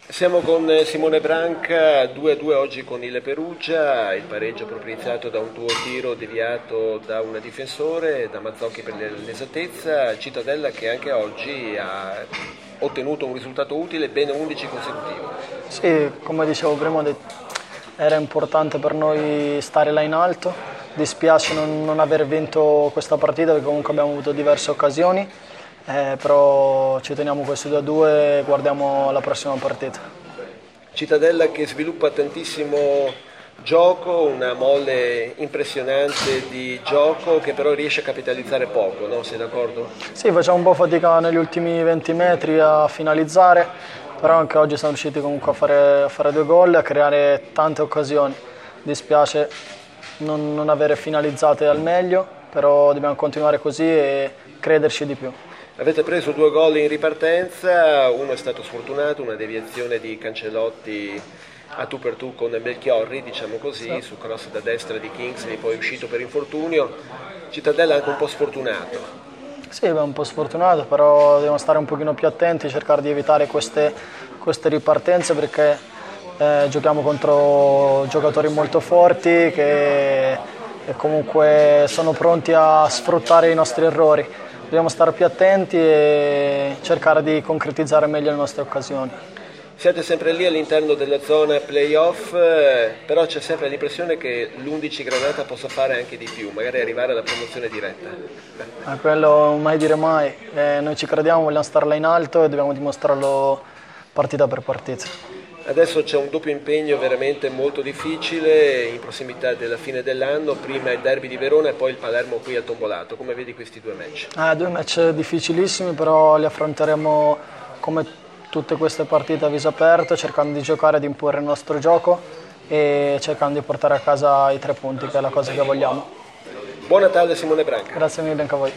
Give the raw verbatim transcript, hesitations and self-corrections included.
Siamo con Simone Branca, due a due oggi con il Perugia, il pareggio proprio iniziato da un tuo tiro deviato da un difensore, da Mazzocchi per l'esattezza, Cittadella che anche oggi ha ottenuto un risultato utile, ben undici consecutivo. Sì, come dicevo prima, era importante per noi stare là in alto, dispiace non, non aver vinto questa partita perché comunque abbiamo avuto diverse occasioni. Eh, però ci teniamo questi due a due e guardiamo la prossima partita. Cittadella che sviluppa tantissimo gioco, una mole impressionante di gioco che però riesce a capitalizzare poco, no? Sei d'accordo? Sì, facciamo un po' fatica negli ultimi venti metri a finalizzare, però anche oggi siamo riusciti comunque a fare, a fare due gol e a creare tante occasioni. Dispiace non, non avere finalizzate al meglio, però dobbiamo continuare così e crederci di più. Avete preso due gol in ripartenza, uno è stato sfortunato, una deviazione di Cancelotti a tu per tu con Melchiorri, diciamo così, sì. Su cross da destra di Kingsley, poi è uscito per infortunio. Cittadella anche un po' sfortunato. Sì, beh, un po' sfortunato, però dobbiamo stare un pochino più attenti, cercare di evitare queste, queste ripartenze perché eh, giochiamo contro giocatori molto forti che e comunque sono pronti a sfruttare i nostri errori. Dobbiamo stare più attenti e cercare di concretizzare meglio le nostre occasioni. Siete sempre lì all'interno della zona playoff, eh, però c'è sempre l'impressione che l'undici Granata possa fare anche di più, magari arrivare alla promozione diretta. A quello mai dire mai, eh, noi ci crediamo, vogliamo stare là in alto e dobbiamo dimostrarlo partita per partita. Adesso c'è un doppio impegno veramente molto difficile in prossimità della fine dell'anno, prima il derby di Verona e poi il Palermo qui a Tombolato. Come vedi questi due match? Eh, due match difficilissimi, però li affronteremo come tutte queste partite a viso aperto, cercando di giocare, di imporre il nostro gioco e cercando di portare a casa i tre punti, che è la cosa che vogliamo. Buon Natale Simone Branca. Grazie mille anche a voi.